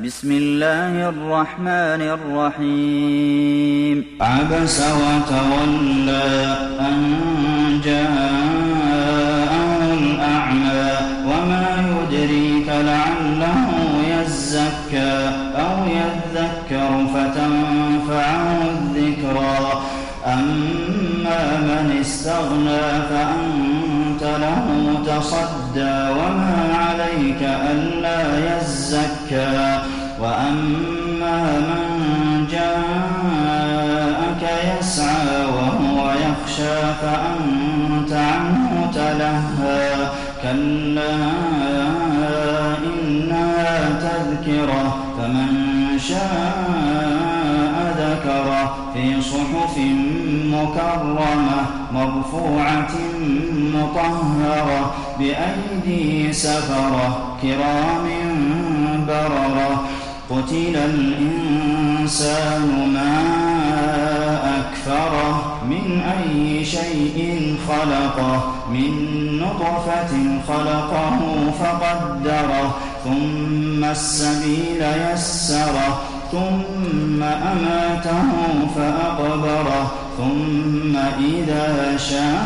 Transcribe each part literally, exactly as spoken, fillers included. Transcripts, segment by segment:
بسم الله الرحمن الرحيم عبس وتولى أن جاءه الأعمى وما يدريك لعله يزكى أو يذكر فتنفعه الذكرى أما من استغنى فأنت له تصدى وما عليك ألا يزكى وأما من جاءك يسعى وهو يخشى فأنت عنه تلهى كلا إنها تذكرة فمن شاء ذكره في صحف مكرمة مرفوعة مطهرة بأيدي سفرة كرام بررة قتل الإنسان ما أكفره من أي شيء خلقه من نطفة خلقه فقدره ثم السبيل يسره ثم أماته فأقبره ثم إذا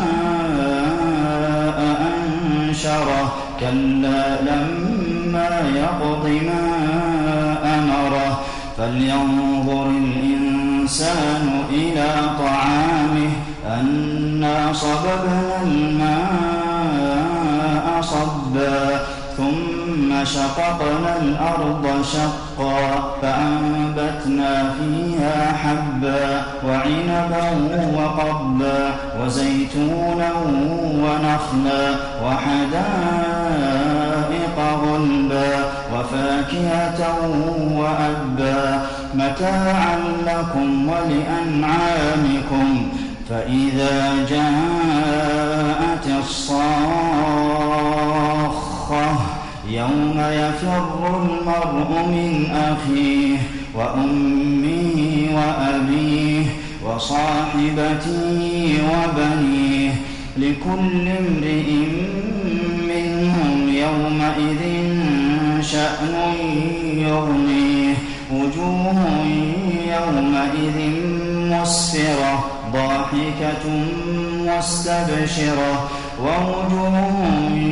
شاء أنشره كلا لما يقض ما أمره فلينظر الإنسان إلى طعامه أنا صببنا الماء صبا ثم شققنا الأرض شقا فأنبتنا فيها حبا وعنبا وقضبا وزيتونا ونخلا وحدائق غلبا وفاكهة وأبا متاعا لكم ولأنعامكم فإذا جاءت الصاخة يوم يفر المرء من أخيه وأمه وأبيه وصاحبته وبنيه لكل امرئ منهم يومئذ شأن يغنيه وجوه يومئذ مسفرة ضاحكة مستبشرة ووجوه